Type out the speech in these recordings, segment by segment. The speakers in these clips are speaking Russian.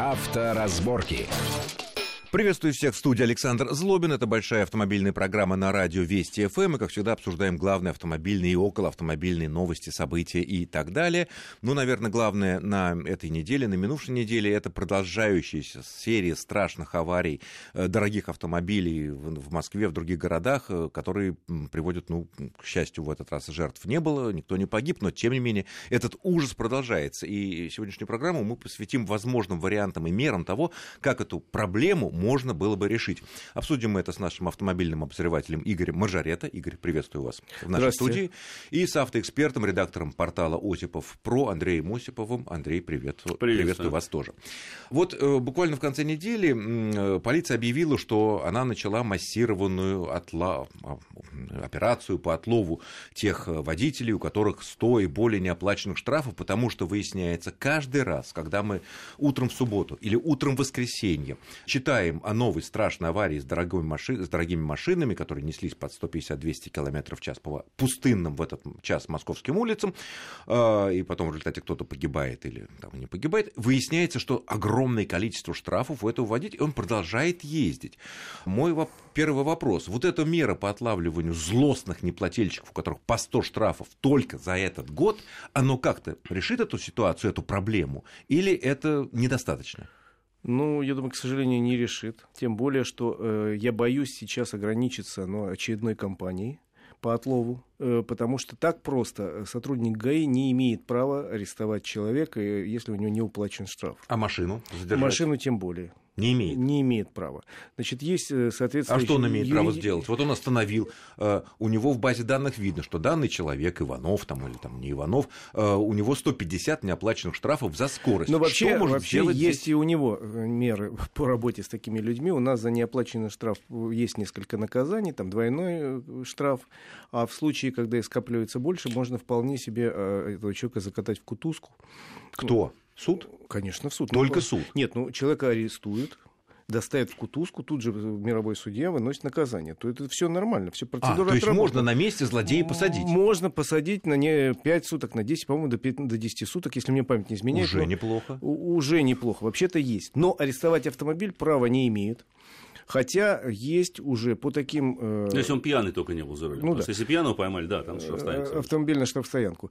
Авторазборки. Приветствую всех в студии Александр Злобин. Это большая автомобильная программа на радио Вести ФМ. Мы, как всегда, обсуждаем главные автомобильные и околоавтомобильные новости, события и так далее. Ну, наверное, главное на этой неделе, на минувшей неделе, это продолжающаяся серия страшных аварий дорогих автомобилей в Москве, в других городах, которые приводят, к счастью, в этот раз жертв не было, никто не погиб, но, тем не менее, этот ужас продолжается. И сегодняшнюю программу мы посвятим возможным вариантам и мерам того, как эту проблему можно было бы решить. Обсудим мы это с нашим автомобильным обозревателем Игорем Маржарета. Игорь, приветствую вас в нашей студии. И с автоэкспертом, редактором портала Осипов.про Андреем Осиповым. Андрей, приветствую вас тоже. Вот буквально в конце недели полиция объявила, что она начала массированную операцию по отлову тех водителей, у которых 100 и более неоплаченных штрафов, потому что выясняется, каждый раз, когда мы утром в субботу или утром в воскресенье читаем о новой страшной аварии с дорогими машинами, которые неслись под 150-200 км в час по пустынным в этот час московским улицам, и потом в результате кто-то погибает или не погибает, выясняется, что огромное количество штрафов у этого водителя, и он продолжает ездить. Мой первый вопрос. Вот эта мера по отлавливанию злостных неплательщиков, у которых по 100 штрафов только за этот год, оно как-то решит эту ситуацию, эту проблему, или это недостаточно? Я думаю, к сожалению, не решит. Тем более, что я боюсь сейчас ограничиться очередной кампанией по отлову, потому что так просто сотрудник ГАИ не имеет права арестовать человека, если у него не уплачен штраф. А машину задержать? Машину тем более. Не имеет? Не имеет права. Значит, есть соответственно... А что он имеет право сделать? Вот он остановил, у него в базе данных видно, что данный человек, Иванов или не Иванов, у него 150 неоплаченных штрафов за скорость. Но вообще есть здесь? И у него меры по работе с такими людьми. У нас за неоплаченный штраф есть несколько наказаний, двойной штраф, а в случае, когда их скапливается больше, можно вполне себе этого человека закатать в кутузку. Кто? Суд? Конечно, в суд. Только суд? Нет, человека арестуют, доставят в кутузку, тут же мировой судья выносит наказание. То это все нормально, все процедура то есть можно на месте злодея посадить? Можно посадить на 5 суток, на 10, по-моему, до 10 суток, если мне память не изменяет. Уже неплохо. Уже неплохо, вообще-то есть. Но арестовать автомобиль права не имеют. Хотя есть уже по таким... Если он пьяный только не был за рулем. Если пьяного поймали, там штрафстоянка. Автомобиль на штрафстоянку.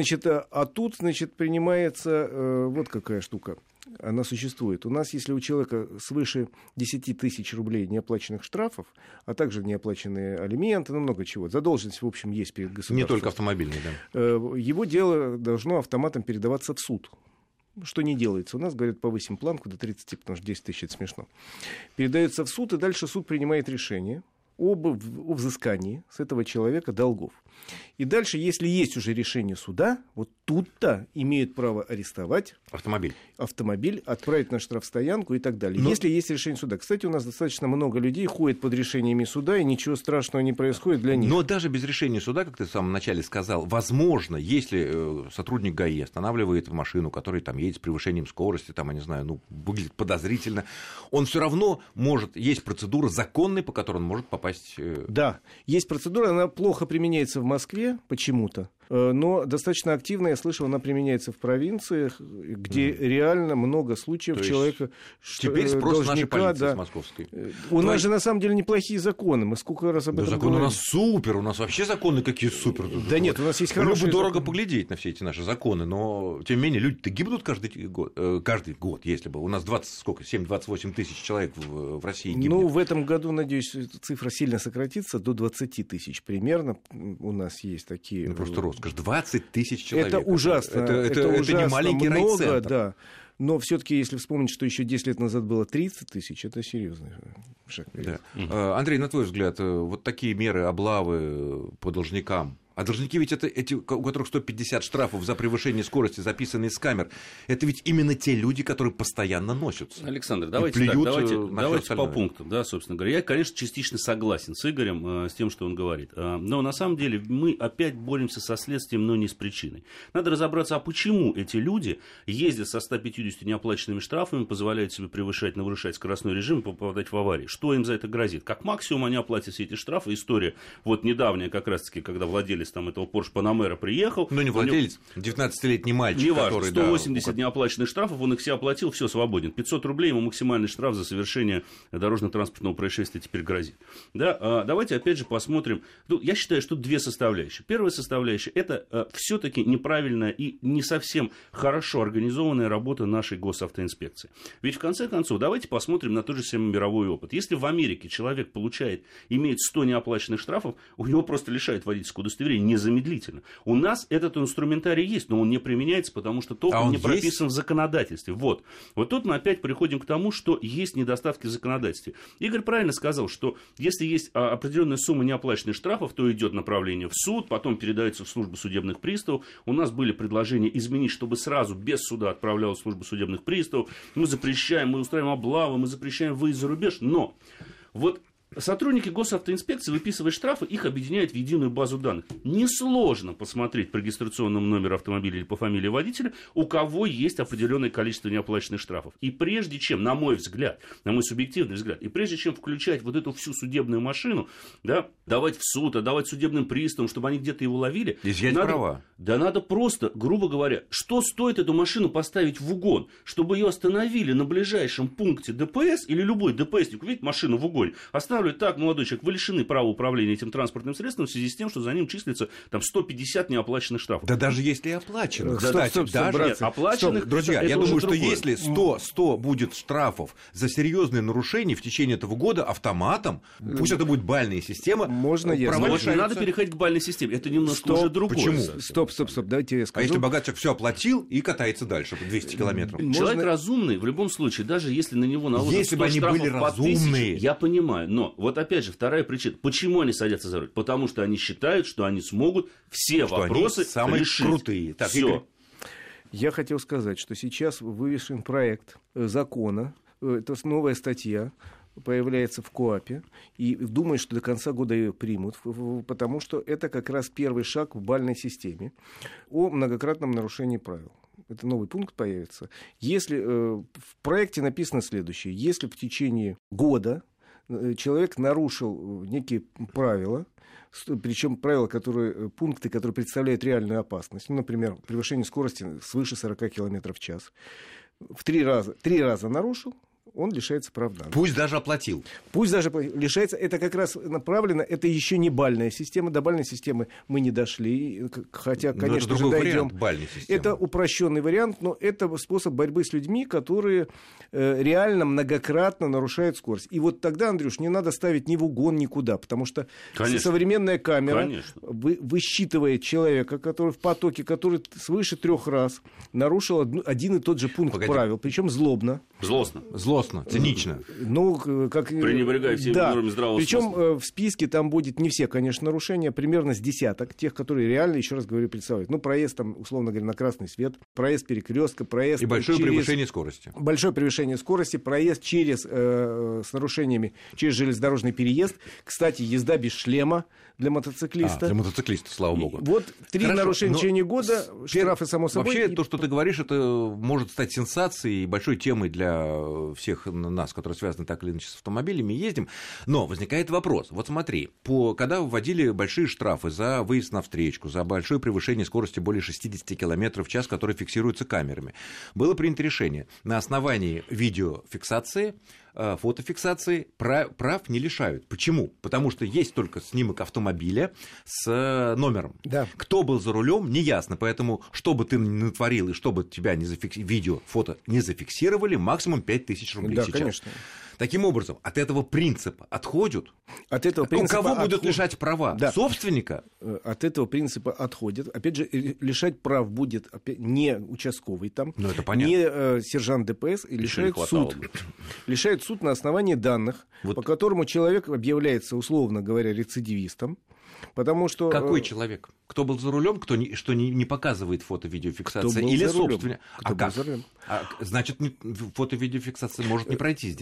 А тут, принимается вот какая штука. Она существует. У нас, если у человека свыше 10 тысяч рублей неоплаченных штрафов, а также неоплаченные алименты, много чего, задолженность, в общем, есть перед государством. Не только автомобильный, да. Его дело должно автоматом передаваться в суд. Что не делается. У нас, говорят, повысим планку до 30, потому что 10 тысяч — это смешно. Передается в суд, и дальше суд принимает решение о взыскании с этого человека долгов. И дальше, если есть уже решение суда, вот тут-то имеют право арестовать автомобиль, отправить на штрафстоянку и так далее. Если есть решение суда. Кстати, у нас достаточно много людей ходит под решениями суда, и ничего страшного не происходит для них. Но даже без решения суда, как ты в самом начале сказал, возможно, если сотрудник ГАИ останавливает машину, которая едет с превышением скорости, выглядит подозрительно, он все равно может, есть процедура законная, по которой он может попасть... Да, есть процедура, она плохо применяется в Москве почему-то, но достаточно активно, я слышал, она применяется в провинциях, где реально много случаев человека... Теперь спрос нашей полиции с московской. У нас же на самом деле неплохие законы, мы сколько раз об этом законы говорим. У нас супер, у нас вообще законы какие супер. Да нет, у нас есть хорошие... Было бы дорого поглядеть на все эти наши законы, но тем не менее люди-то гибнут каждый год, если бы. У нас 7-28 тысяч человек в России гибнет. В этом году, надеюсь, цифра сильно сократится, до 20 тысяч примерно. У нас есть такие... Просто роскошь. 20 тысяч человек. Это ужасно. Это не маленький райцентр. Да. Но все-таки, если вспомнить, что еще 10 лет назад было 30 тысяч, это серьезный шаг. Да. Андрей, на твой взгляд, вот такие меры облавы по должникам, а должники ведь это эти, у которых 150 штрафов за превышение скорости, записанные с камер, это ведь именно те люди, которые постоянно носятся. Александр, давайте по пунктам, собственно говоря. Я, конечно, частично согласен с Игорем, с тем, что он говорит. Но на самом деле мы опять боремся со следствием, но не с причиной. Надо разобраться, а почему эти люди ездят со 150 неоплаченными штрафами, позволяют себе превышать, нарушать скоростной режим и попадать в аварии. Что им за это грозит? Как максимум они оплатят все эти штрафы. История недавняя как раз-таки, когда владелец владелец там, этого Porsche Panamera приехал. Ну, не владелец, 19-летний мальчик. Не важно, 180 неоплаченных штрафов, он их все оплатил, все, свободен. 500 рублей ему максимальный штраф за совершение дорожно-транспортного происшествия теперь грозит. Да? Давайте опять же посмотрим. Я считаю, что две составляющие. Первая составляющая – это все-таки неправильная и не совсем хорошо организованная работа нашей госавтоинспекции. Ведь в конце концов, давайте посмотрим на тот же самый мировой опыт. Если в Америке человек имеет 100 неоплаченных штрафов, у него просто лишают водительского удостоверения незамедлительно. У нас этот инструментарий есть, но он не применяется, потому что толком не прописан в законодательстве. Вот тут мы опять приходим к тому, что есть недостатки в законодательстве. Игорь правильно сказал, что если есть определенная сумма неоплаченных штрафов, то идет направление в суд, потом передается в службу судебных приставов. У нас были предложения изменить, чтобы сразу без суда отправлялась в службу судебных приставов. Мы запрещаем, мы устраиваем облавы, мы запрещаем выезд за рубеж. Но вот сотрудники госавтоинспекции, выписывая штрафы, их объединяют в единую базу данных. Несложно посмотреть по регистрационному номеру автомобиля или по фамилии водителя, у кого есть определенное количество неоплаченных штрафов. И прежде чем, на мой взгляд, на мой субъективный взгляд, и прежде чем включать вот эту всю судебную машину, да, давать в суд, отдавать судебным приставам, чтобы они где-то его ловили, права. Да надо просто, грубо говоря, что стоит эту машину поставить в угон, чтобы ее остановили на ближайшем пункте ДПС, или любой ДПСник увидит машину в угоне, так, молодой человек, вы лишены права управления этим транспортным средством в связи с тем, что за ним числится там 150 неоплаченных штрафов. Да даже если и оплаченных. Кстати, даже оплаченных. Друзья, я думаю, что если 100 будет штрафов за серьезные нарушения в течение этого года автоматом, пусть это будет бальная система, можно я скажу? Не надо переходить к бальной системе, это немножко уже другое. Почему? Стоп, давайте я скажу. А если богатый человек все оплатил и катается дальше по 200 километров? Человек разумный, в любом случае, даже если на него наложат 100 штрафов по 1000, я понимаю, но вот опять же, вторая причина. Почему они садятся за руль? Потому что они считают, что они смогут все вопросы самые решить. Крутые. Так, все. Я хотел сказать, что сейчас вывешен проект закона, это новая статья, появляется в КоАПе, и думаю, что до конца года ее примут, потому что это как раз первый шаг в бальной системе о многократном нарушении правил. Это новый пункт появится. Если в проекте написано следующее: если в течение года человек нарушил некие правила, причем правила, пункты, которые представляют реальную опасность, например, превышение скорости свыше 40 км в час, три раза нарушил, он лишается прав данных. Пусть даже оплатил. Пусть даже лишается. Это как раз направлено, это еще не бальная система. До бальной системы мы не дошли. Хотя, конечно же, дойдем. Это упрощенный вариант, но это способ борьбы с людьми, которые реально многократно нарушают скорость. И вот тогда, Андрюш, не надо ставить ни в угон, никуда, потому что современная камера высчитывает человека, который в потоке, который свыше 3 раз нарушил один и тот же пункт правил, причем злобно. Злостно, цинично. Пренебрегая всеми нормами здравого смысла. Причем в списке там будет не все, конечно, нарушения, примерно с десяток, тех, которые реально, еще раз говорю, представляют. Проезд там, условно говоря, на красный свет, проезд перекрестка, проезд... И большое превышение скорости. Большое превышение скорости, проезд с нарушениями через железнодорожный переезд. Кстати, езда без шлема для мотоциклиста. Для мотоциклиста, слава богу. Вот 3 нарушения в течение года, штрафы, само собой. Вообще, то, что ты говоришь, это может стать сенсацией и большой темой для всех нас, которые связаны так или иначе с автомобилями, ездим. Но возникает вопрос. Вот смотри, когда вводили большие штрафы за выезд на встречку, за большое превышение скорости более 60 км в час, которые фиксируются камерами, было принято решение на основании видеофиксации, фотофиксации прав не лишают. Почему? Потому что есть только снимок автомобиля с номером. Да. Кто был за рулем, неясно. Поэтому, что бы ты ни натворил и что бы тебя видео, фото не зафиксировали, максимум 5000 рублей да, сейчас. Конечно. Таким образом, от этого принципа отходят. От этого принципа у кого будут лишать права? Да. Собственника? От этого принципа отходят. Опять же, лишать прав будет не участковый там, не сержант ДПС, и лишает суд. Лишает суд на основании данных, по которому человек объявляется, условно говоря, рецидивистом. Потому что... Какой человек? Кто был за рулем, что не показывает фото-видеофиксация? Или собственник? Значит, фото-видеофиксация может не пройти здесь. Почему?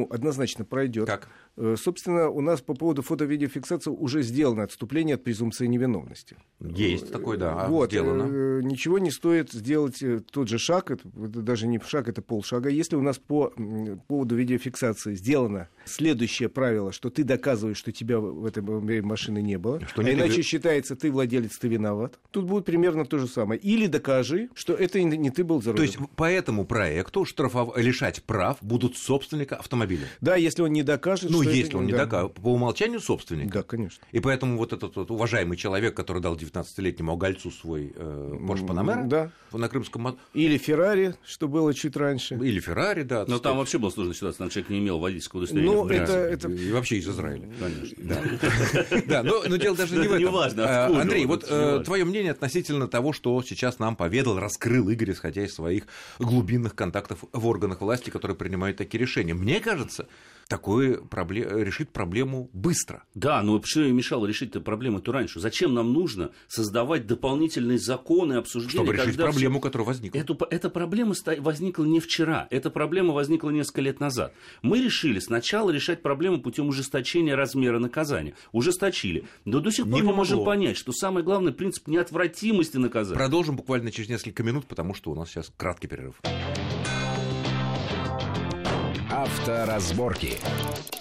однозначно пройдет. Как? Собственно, у нас по поводу фото-видеофиксации уже сделано отступление от презумпции невиновности. Есть такой, да, вот, сделано. Ничего не стоит сделать тот же шаг, это даже не шаг, это полшага. Если у нас по поводу видеофиксации сделано следующее правило, что ты доказываешь, что тебя в этой машине не было, иначе считается, ты владелец, ты виноват. Тут будет примерно то же самое. Или докажи, что это не ты был за рулем. То есть по этому проекту лишать прав будут собственника автомобиля? Да, если он не докажет, что если он не докажет, по умолчанию собственник. Да, конечно. И поэтому вот этот вот уважаемый человек, который дал 19-летнему Огольцу свой Porsche Panamera, да, на Крымском... Или Феррари, что было чуть раньше. Или Феррари, да. Но там вообще была сложная ситуация, там человек не имел водительского удостоверения. Ну, это... И вообще из Израиля. Конечно. Да, но дело даже не в этом. Неважно. Андрей, вот твое мнение относительно того, что сейчас нам поведал, раскрыл Игорь, исходя из своих глубинных контактов в органах власти, которые принимают такие решения. Мне кажется, такое решит проблему быстро. Да, но что мешало решить эту проблему эту раньше? Зачем нам нужно создавать дополнительные законы, обсуждения? Чтобы решить проблему, которая возникла. Эта проблема возникла не вчера, эта проблема возникла несколько лет назад. Мы решили сначала решать проблему путем ужесточения размера наказания. Ужесточили. Но до сих пор мы можем понять, что самый главный принцип неотвратимости наказания. Продолжим буквально через несколько минут, потому что у нас сейчас краткий перерыв. Авторазборки.